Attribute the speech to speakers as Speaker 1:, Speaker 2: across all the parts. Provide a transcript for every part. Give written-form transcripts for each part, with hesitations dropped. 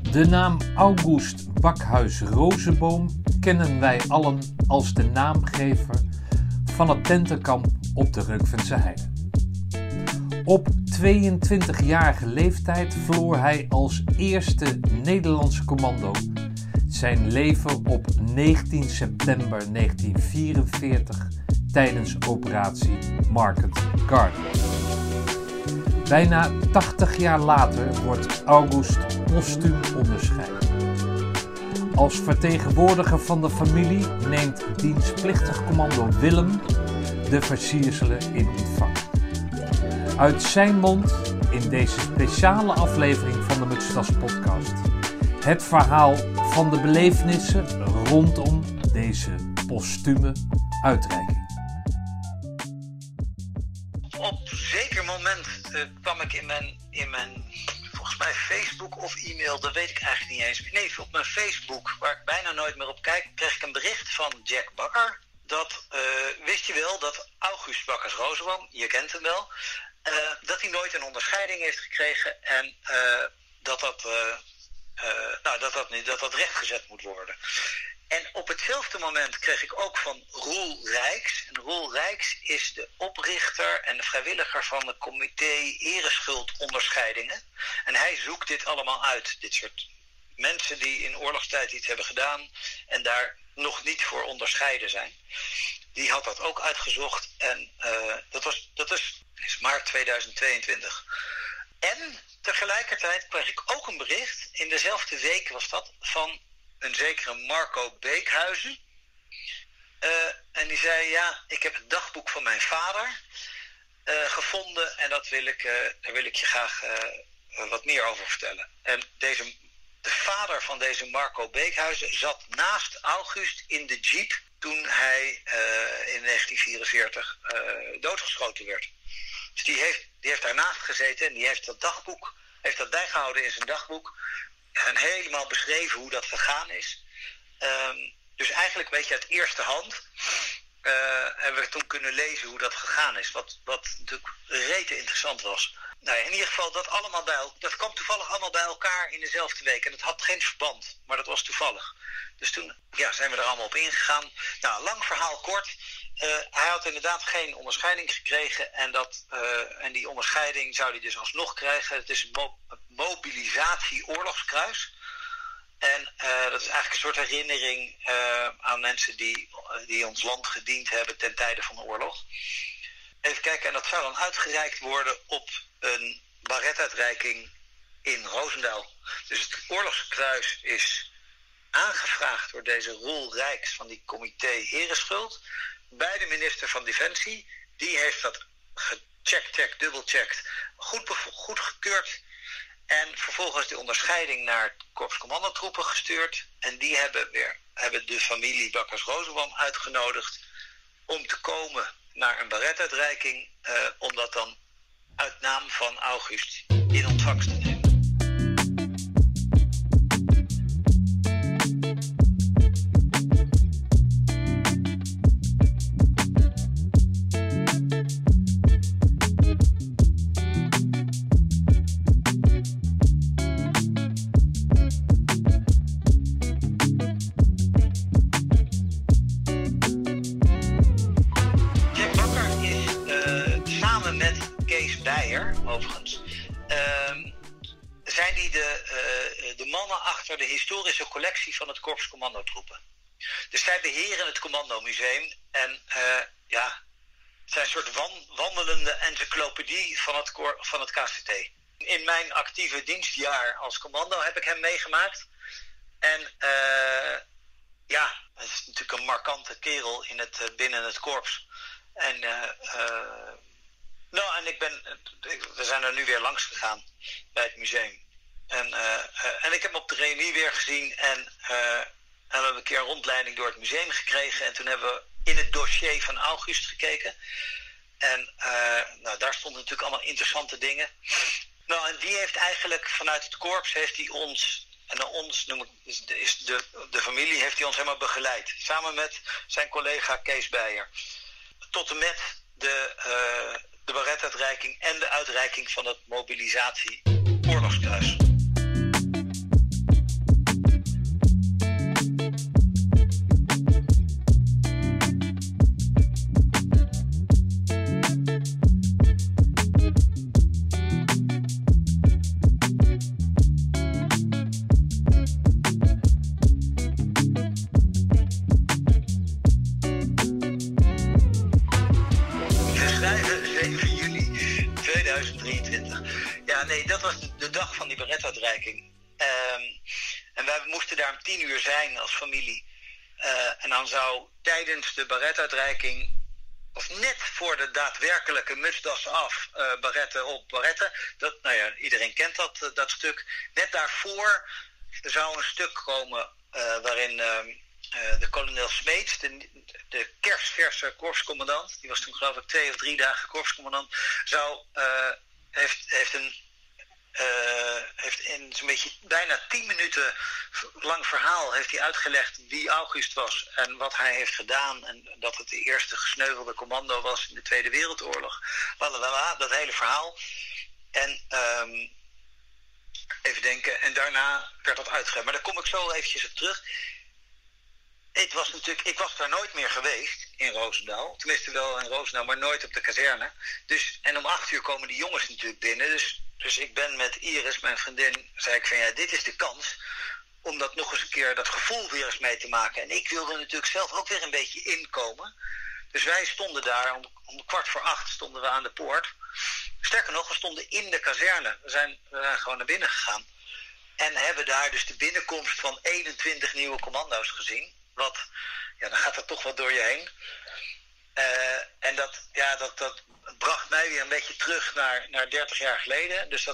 Speaker 1: De naam August Bakhuis Rosenboom kennen wij allen als de naamgever van het tentenkamp op de Rukvense Heide. Op 22-jarige leeftijd verloor hij als eerste Nederlandse commando zijn leven op 19 september 1944 tijdens operatie Market Garden. Bijna 80 jaar later wordt August postuum onderscheiden. Als vertegenwoordiger van de familie neemt dienstplichtig commando Willem de versierselen in ontvangst. Uit zijn mond in deze speciale aflevering van de Mutstas podcast het verhaal van de belevenissen rondom deze postume uitreiking.
Speaker 2: Op een zeker moment kwam ik in mijn volgens mij Facebook of e-mail, dat weet ik eigenlijk niet eens. Nee, op mijn Facebook, waar ik bijna nooit meer op kijk, kreeg ik een bericht van Jack Bakker. Dat wist je wel dat August Bakhuis Rosenboom, je kent hem wel, dat hij nooit een onderscheiding heeft gekregen en dat rechtgezet moet worden. En op hetzelfde moment kreeg ik ook van Roel Rijks. En Roel Rijks is de oprichter en de vrijwilliger van het comité Ereschuldonderscheidingen. En hij zoekt dit allemaal uit. Dit soort mensen die in oorlogstijd iets hebben gedaan en daar nog niet voor onderscheiden zijn. Die had dat ook uitgezocht en dat is maart 2022. En tegelijkertijd kreeg ik ook een bericht, in dezelfde week was dat, van een zekere Marco Beekhuizen. En die zei, ja, ik heb het dagboek van mijn vader gevonden en daar wil ik je graag wat meer over vertellen. En de vader van deze Marco Beekhuizen zat naast August in de jeep toen hij in 1944 doodgeschoten werd. Dus die heeft daarnaast gezeten en die heeft dat bijgehouden in zijn dagboek. En helemaal beschreven hoe dat gegaan is. Dus eigenlijk een beetje uit eerste hand hebben we toen kunnen lezen hoe dat gegaan is. Wat natuurlijk rete interessant was. Nou ja, in ieder geval, dat kwam toevallig allemaal bij elkaar in dezelfde week. En het had geen verband, maar dat was toevallig. Dus toen zijn we er allemaal op ingegaan. Nou, lang verhaal kort. Hij had inderdaad geen onderscheiding gekregen. En die onderscheiding zou hij dus alsnog krijgen. Het is een mobilisatie-oorlogskruis. En dat is eigenlijk een soort herinnering aan mensen die ons land gediend hebben ten tijde van de oorlog. Even kijken, en dat zou dan uitgereikt worden op een baretuitreiking in Roosendaal. Dus het oorlogskruis is aangevraagd door deze Roel Rijks van die comité Ereschuld bij de minister van Defensie. Die heeft dat dubbelcheckt, goed gekeurd. En vervolgens de onderscheiding naar het Korps Commandotroepen gestuurd. En die hebben de familie Bakhuis Rosenboom uitgenodigd om te komen naar een baretuitreiking. Om dat dan uit naam van August in ontvangst te nemen. Overigens, zijn die de mannen achter de historische collectie van het Korps Commandotroepen. Dus zij beheren het Commandomuseum en het zijn een soort wandelende encyclopedie van het KCT. In mijn actieve dienstjaar als commando heb ik hem meegemaakt. En het is natuurlijk een markante kerel binnen het korps. En we zijn er nu weer langs gegaan bij het museum. En ik heb hem op de reunie weer gezien en we hebben een keer een rondleiding door het museum gekregen. En toen hebben we in het dossier van August gekeken. En daar stonden natuurlijk allemaal interessante dingen. Nou, en die heeft eigenlijk vanuit het korps heeft hij ons, en ons noem ik, is de familie, heeft hij ons helemaal begeleid. Samen met zijn collega Kees Beijer. Tot en met de baretuitreiking en de uitreiking van het mobilisatie oorlogskruis. van die baretuitreiking. En wij moesten daar om 10:00 zijn als familie. En dan zou tijdens de baretuitreiking, of net voor de daadwerkelijke mutsdassen af, baretten op baretten. Iedereen kent dat stuk. Net daarvoor zou een stuk komen waarin de kolonel Smeets, de kerstverse korpscommandant, die was toen geloof ik 2 of 3 dagen korpscommandant, heeft in zo'n beetje bijna 10 minuten lang verhaal heeft hij uitgelegd wie August was en wat hij heeft gedaan en dat het de eerste gesneuvelde commando was in de Tweede Wereldoorlog. Dat hele verhaal. En even denken, en daarna werd dat uitgegeven. Maar daar kom ik zo eventjes op terug. Ik was daar nooit meer geweest in Roosendaal. Tenminste wel in Roosendaal, maar nooit op de kazerne. En om 8:00 komen die jongens natuurlijk binnen. Dus ik ben met Iris, mijn vriendin, zei ik van ja, dit is de kans om dat nog eens een keer, dat gevoel weer eens mee te maken. En ik wilde natuurlijk zelf ook weer een beetje inkomen. Dus wij stonden daar, om 7:15 stonden we aan de poort. Sterker nog, we stonden in de kazerne. We zijn gewoon naar binnen gegaan. En hebben daar dus de binnenkomst van 21 nieuwe commando's gezien. Dan gaat er toch wat door je heen. En dat bracht mij weer een beetje terug naar 30 jaar geleden. Dus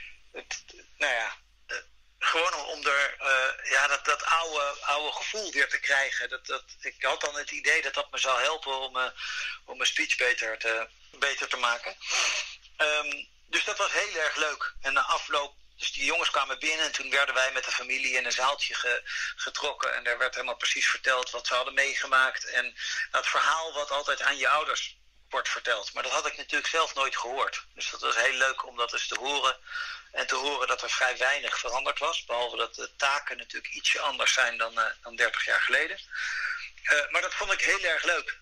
Speaker 2: gewoon om dat oude gevoel weer te krijgen. Ik had dan het idee dat dat me zou helpen om mijn speech beter te maken. Dus dat was heel erg leuk. En na afloop, dus die jongens kwamen binnen en toen werden wij met de familie in een zaaltje getrokken. En daar werd helemaal precies verteld wat ze hadden meegemaakt. En dat verhaal wat altijd aan je ouders wordt verteld. Maar dat had ik natuurlijk zelf nooit gehoord. Dus dat was heel leuk om dat eens te horen. En te horen dat er vrij weinig veranderd was. Behalve dat de taken natuurlijk ietsje anders zijn dan 30 jaar geleden. Maar dat vond ik heel erg leuk.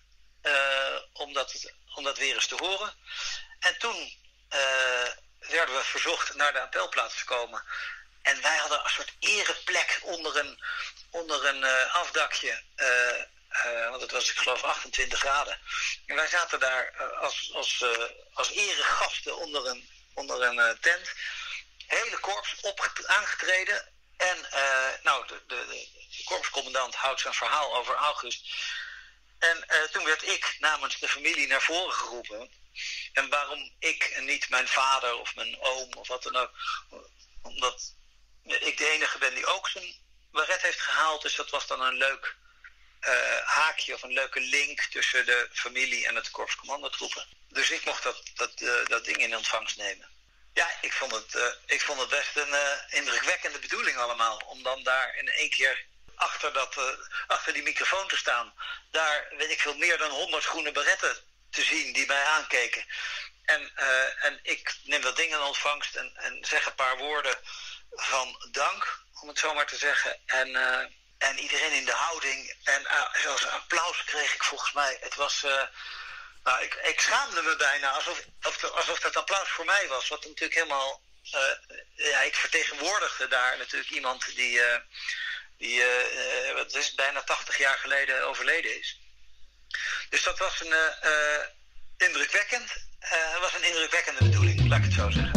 Speaker 2: Om dat weer eens te horen. En toen werden we verzocht naar de appelplaats te komen. En wij hadden een soort ereplek onder een afdakje. Want het was, ik geloof, 28 graden. En wij zaten daar als eregasten onder een tent. Hele korps aangetreden. En de korpscommandant houdt zijn verhaal over August. En toen werd ik namens de familie naar voren geroepen. En waarom ik en niet mijn vader of mijn oom of wat dan ook. Omdat ik de enige ben die ook zijn baret heeft gehaald. Dus dat was dan een leuk haakje of een leuke link tussen de familie en het korpscommandotroepen. Dus ik mocht dat ding in ontvangst nemen. Ja, ik vond het best een indrukwekkende bedoeling allemaal. Om dan daar in één keer achter die microfoon te staan. Daar, weet ik veel, meer dan 100 groene baretten te zien die mij aankeken. En ik neem dat ding in ontvangst en zeg een paar woorden van dank, om het zo maar te zeggen. En iedereen in de houding. En zelfs een applaus kreeg ik volgens mij. Het was... ik schaamde me bijna alsof dat applaus voor mij was. Wat natuurlijk helemaal... ik vertegenwoordigde daar natuurlijk iemand die wat is het, bijna 80 jaar geleden overleden is. Dus dat was een indrukwekkende bedoeling, laat ik het zo zeggen.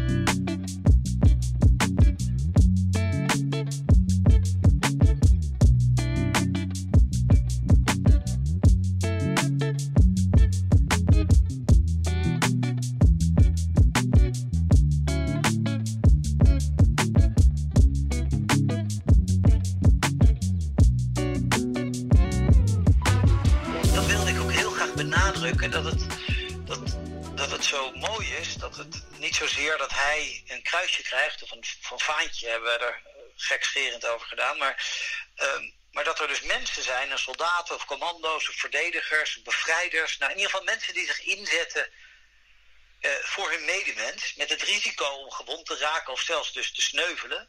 Speaker 2: Dat het zo mooi is, dat het niet zozeer dat hij een kruisje krijgt of een vaantje, hebben we er gekscherend over gedaan, maar dat er dus mensen zijn, soldaten of commando's of verdedigers, bevrijders, in ieder geval mensen die zich inzetten voor hun medemens, met het risico om gewond te raken of zelfs dus te sneuvelen.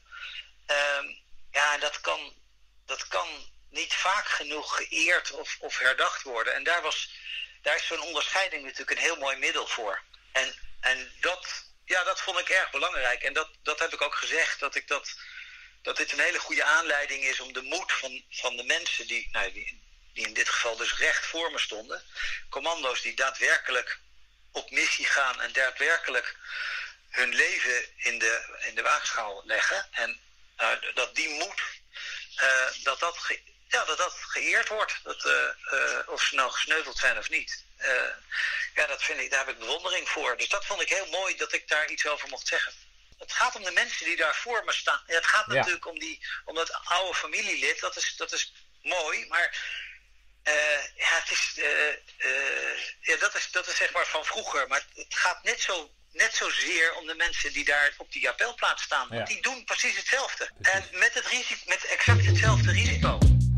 Speaker 2: Dat kan niet vaak genoeg geëerd of herdacht worden. En daar is zo'n onderscheiding natuurlijk een heel mooi middel voor. En dat vond ik erg belangrijk. En dat heb ik ook gezegd, dat dit een hele goede aanleiding is om de moed van de mensen die in dit geval dus recht voor me stonden. Commando's die daadwerkelijk op missie gaan en daadwerkelijk hun leven in de waagschaal leggen. En dat die moed, dat geëerd wordt. Of ze nou gesneuveld zijn of niet. Daar heb ik bewondering voor. Dus dat vond ik heel mooi dat ik daar iets over mocht zeggen. Het gaat om de mensen die daar voor me staan. Het gaat natuurlijk om dat oude familielid. Dat is mooi, maar dat is zeg maar van vroeger. Maar het gaat net zozeer om de mensen die daar op die appelplaats staan. Want die doen precies hetzelfde. En met exact hetzelfde risico.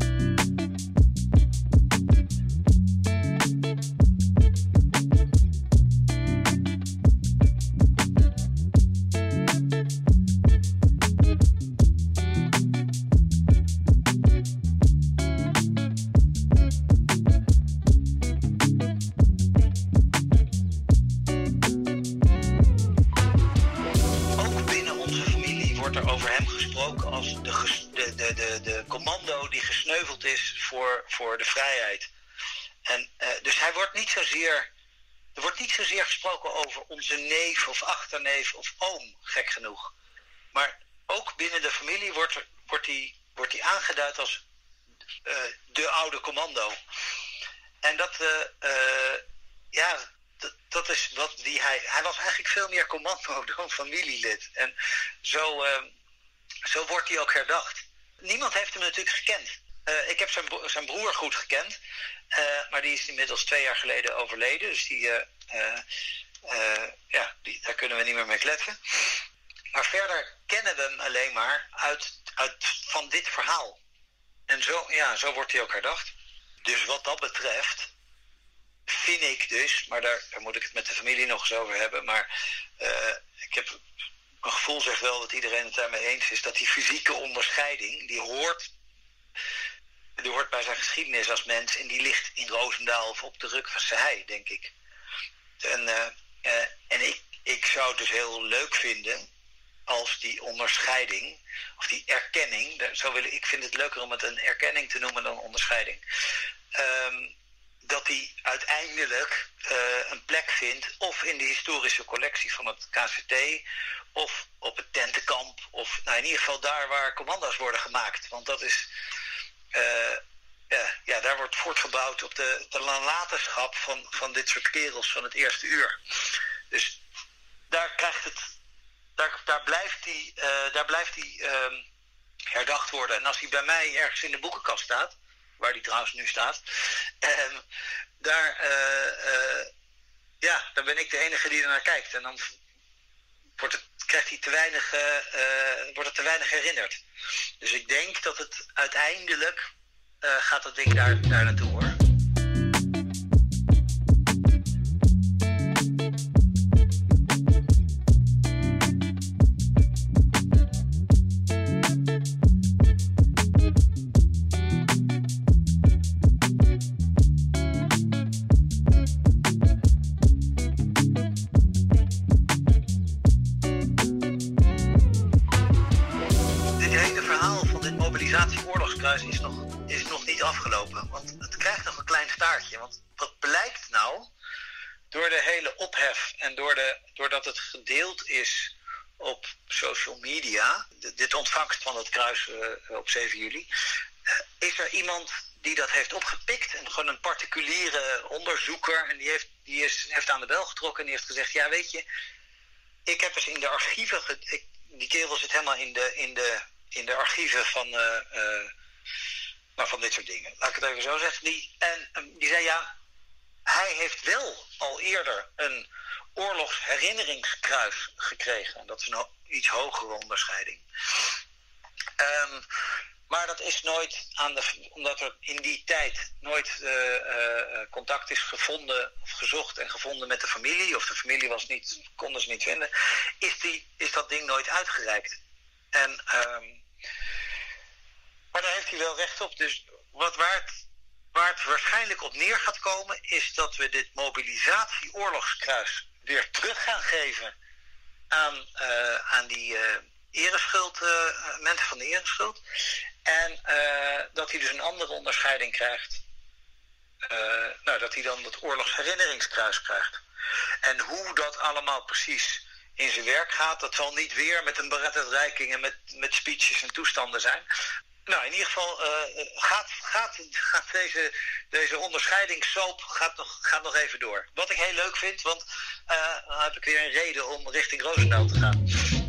Speaker 2: Voor de vrijheid. En dus er wordt niet zozeer gesproken over onze neef of achterneef of oom, gek genoeg. Maar ook binnen de familie wordt die aangeduid als de oude commando. En dat is wat hij was eigenlijk veel meer commando dan familielid. En zo wordt hij ook herdacht. Niemand heeft hem natuurlijk gekend. Ik heb zijn broer goed gekend, maar die is inmiddels 2 jaar geleden overleden. Dus daar kunnen we niet meer mee kletsen. Maar verder kennen we hem alleen maar uit van dit verhaal. En zo wordt hij ook herdacht. Dus wat dat betreft vind ik dus, maar daar moet ik het met de familie nog eens over hebben. Maar mijn gevoel zegt wel dat iedereen het daarmee eens is, dat die fysieke onderscheiding, die hoort bij zijn geschiedenis als mens en die ligt in Roosendaal of op de Ruk van Sehei, denk ik. En ik zou het dus heel leuk vinden als die onderscheiding, of die erkenning, ik vind het leuker om het een erkenning te noemen dan onderscheiding, dat die uiteindelijk een plek vindt, of in de historische collectie van het KCT, of op het tentenkamp, of in ieder geval daar waar commando's worden gemaakt. Want dat is... daar wordt voortgebouwd op de nalatenschap van dit soort kerels van het eerste uur. Dus daar blijft hij herdacht worden. En als hij bij mij ergens in de boekenkast staat, waar die trouwens nu staat, dan ben ik de enige die er naar kijkt. En dan wordt het te weinig herinnerd. Dus ik denk dat het uiteindelijk gaat dat ding daar naartoe, hoor. Is nog niet afgelopen, want het krijgt nog een klein staartje. Want wat blijkt nou, door de hele ophef en doordat het gedeeld is op social media, dit ontvangst van het kruis op 7 juli, is er iemand die dat heeft opgepikt en gewoon een particuliere onderzoeker, en die heeft aan de bel getrokken en die heeft gezegd, ja weet je, ik heb eens in de archieven, die kerel zit helemaal in de archieven van dit soort dingen. Laat ik het even zo zeggen. Die zei ja, hij heeft wel al eerder een oorlogsherinneringskruis gekregen. En dat is een iets hogere onderscheiding. Maar dat is nooit omdat er in die tijd nooit contact is gevonden of gezocht en gevonden met de familie, of de familie konden ze niet vinden, is dat ding nooit uitgereikt. Maar daar heeft hij wel recht op. Dus waar het waarschijnlijk op neer gaat komen, is dat we dit mobilisatie-oorlogskruis weer terug gaan geven aan die ereschuld, mensen van de ereschuld. En dat hij dus een andere onderscheiding krijgt. Dat hij dan het oorlogsherinneringskruis krijgt. En hoe dat allemaal precies in zijn werk gaat. Dat zal niet weer met een beretuitreiking en met speeches en toestanden zijn. Nou, in ieder geval gaat deze onderscheidingssoap gaat nog even door. Wat ik heel leuk vind, want dan heb ik weer een reden om richting Roosendaal te gaan.